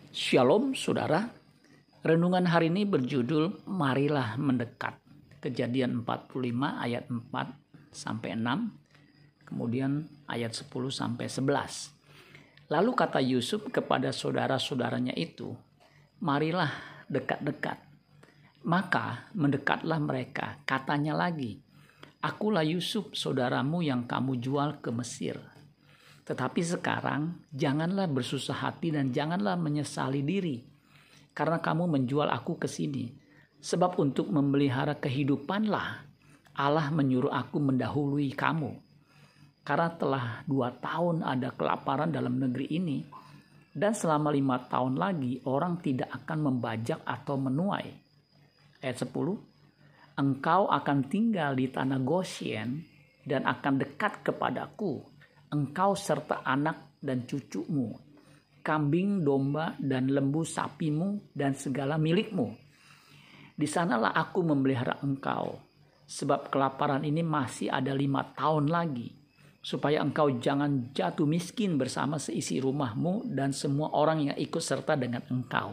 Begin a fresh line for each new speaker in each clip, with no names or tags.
Shalom saudara, renungan hari ini berjudul Marilah Mendekat. Kejadian 45 ayat 4 sampai 6, kemudian ayat 10 sampai 11. Lalu kata Yusuf kepada saudara-saudaranya itu, marilah dekat-dekat. Maka mendekatlah mereka, katanya lagi, akulah Yusuf saudaramu yang kamu jual ke Mesir. Tetapi sekarang janganlah bersusah hati dan janganlah menyesali diri, karena kamu menjual aku ke sini. Sebab untuk memelihara kehidupanlah Allah menyuruh aku mendahului kamu. Karena telah 2 tahun ada kelaparan dalam negeri ini, dan selama 5 tahun lagi orang tidak akan membajak atau menuai. Ayat 10, engkau akan tinggal di tanah Goshen dan akan dekat kepadaku, engkau serta anak dan cucumu, kambing, domba, dan lembu sapimu, dan segala milikmu. Di sanalah aku memelihara engkau, sebab kelaparan ini masih ada 5 tahun lagi, supaya engkau jangan jatuh miskin bersama seisi rumahmu dan semua orang yang ikut serta dengan engkau.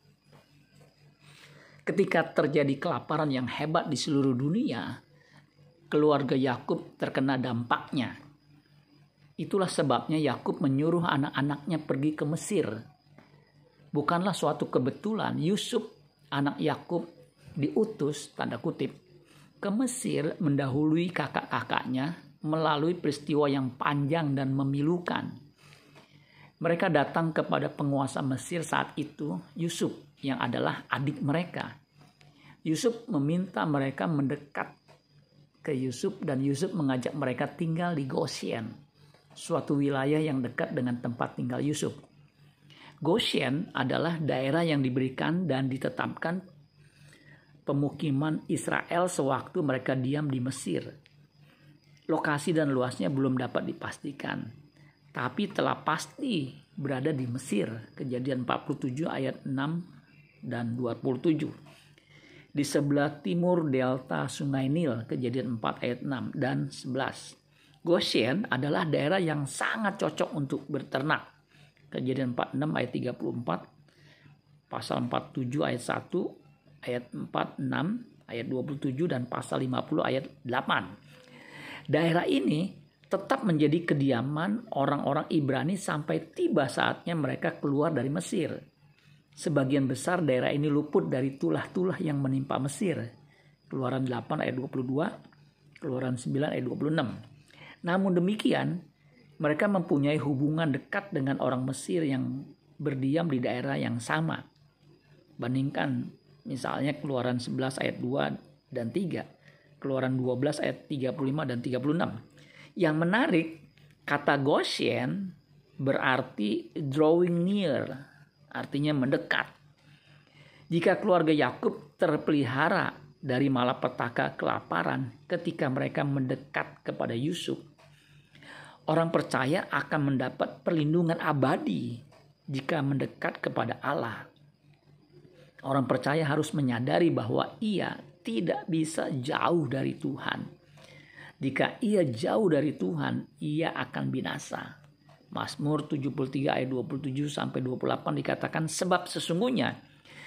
Ketika terjadi kelaparan yang hebat di seluruh dunia, keluarga Yakub terkena dampaknya. Itulah sebabnya Yakub menyuruh anak-anaknya pergi ke Mesir. Bukanlah suatu kebetulan Yusuf, anak Yakub, diutus, tanda kutip, ke Mesir mendahului kakak-kakaknya melalui peristiwa yang panjang dan memilukan. Mereka datang kepada penguasa Mesir saat itu, Yusuf, yang adalah adik mereka. Yusuf meminta mereka mendekat ke Yusuf dan Yusuf mengajak mereka tinggal di Goshen, suatu wilayah yang dekat dengan tempat tinggal Yusuf. Goshen adalah daerah yang diberikan dan ditetapkan pemukiman Israel sewaktu mereka diam di Mesir. Lokasi dan luasnya belum dapat dipastikan, tapi telah pasti berada di Mesir. Kejadian 47 ayat 6 dan 27. Di sebelah timur delta Sungai Nil, Kejadian 4 ayat 6 dan 11. Goshen adalah daerah yang sangat cocok untuk berternak. Kejadian 46 ayat 34, pasal 47 ayat 1, ayat 46, ayat 27, dan pasal 50 ayat 8. Daerah ini tetap menjadi kediaman orang-orang Ibrani sampai tiba saatnya mereka keluar dari Mesir. Sebagian besar daerah ini luput dari tulah-tulah yang menimpa Mesir. Keluaran 8 ayat 22, Keluaran 9 ayat 26. Namun demikian, mereka mempunyai hubungan dekat dengan orang Mesir yang berdiam di daerah yang sama. Bandingkan misalnya Keluaran 11 ayat 2 dan 3, Keluaran 12 ayat 35 dan 36. Yang menarik, kata Goshen berarti drawing near, artinya mendekat. Jika keluarga Yakub terpelihara dari malapetaka kelaparan ketika mereka mendekat kepada Yusuf, orang percaya akan mendapat perlindungan abadi jika mendekat kepada Allah. Orang percaya harus menyadari bahwa ia tidak bisa jauh dari Tuhan. Jika ia jauh dari Tuhan, ia akan binasa. Mazmur 73 ayat 27 sampai 28 dikatakan, sebab sesungguhnya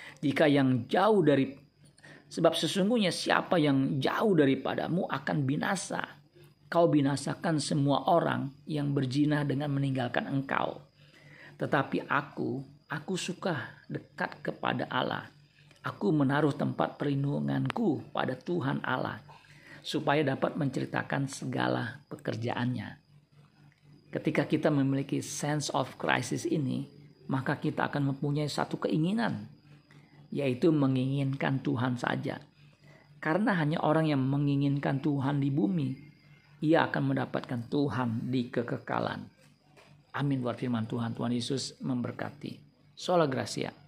siapa yang jauh daripadamu akan binasa. Kau binasakan semua orang yang berzina dengan meninggalkan engkau. Tetapi aku suka dekat kepada Allah. Aku menaruh tempat perlindunganku pada Tuhan Allah, supaya dapat menceritakan segala pekerjaannya. Ketika kita memiliki sense of crisis ini, maka kita akan mempunyai satu keinginan, yaitu menginginkan Tuhan saja. Karena hanya orang yang menginginkan Tuhan di bumi, ia akan mendapatkan Tuhan di kekekalan. Amin buat firman Tuhan. Tuhan Yesus memberkati. Sola Gracia.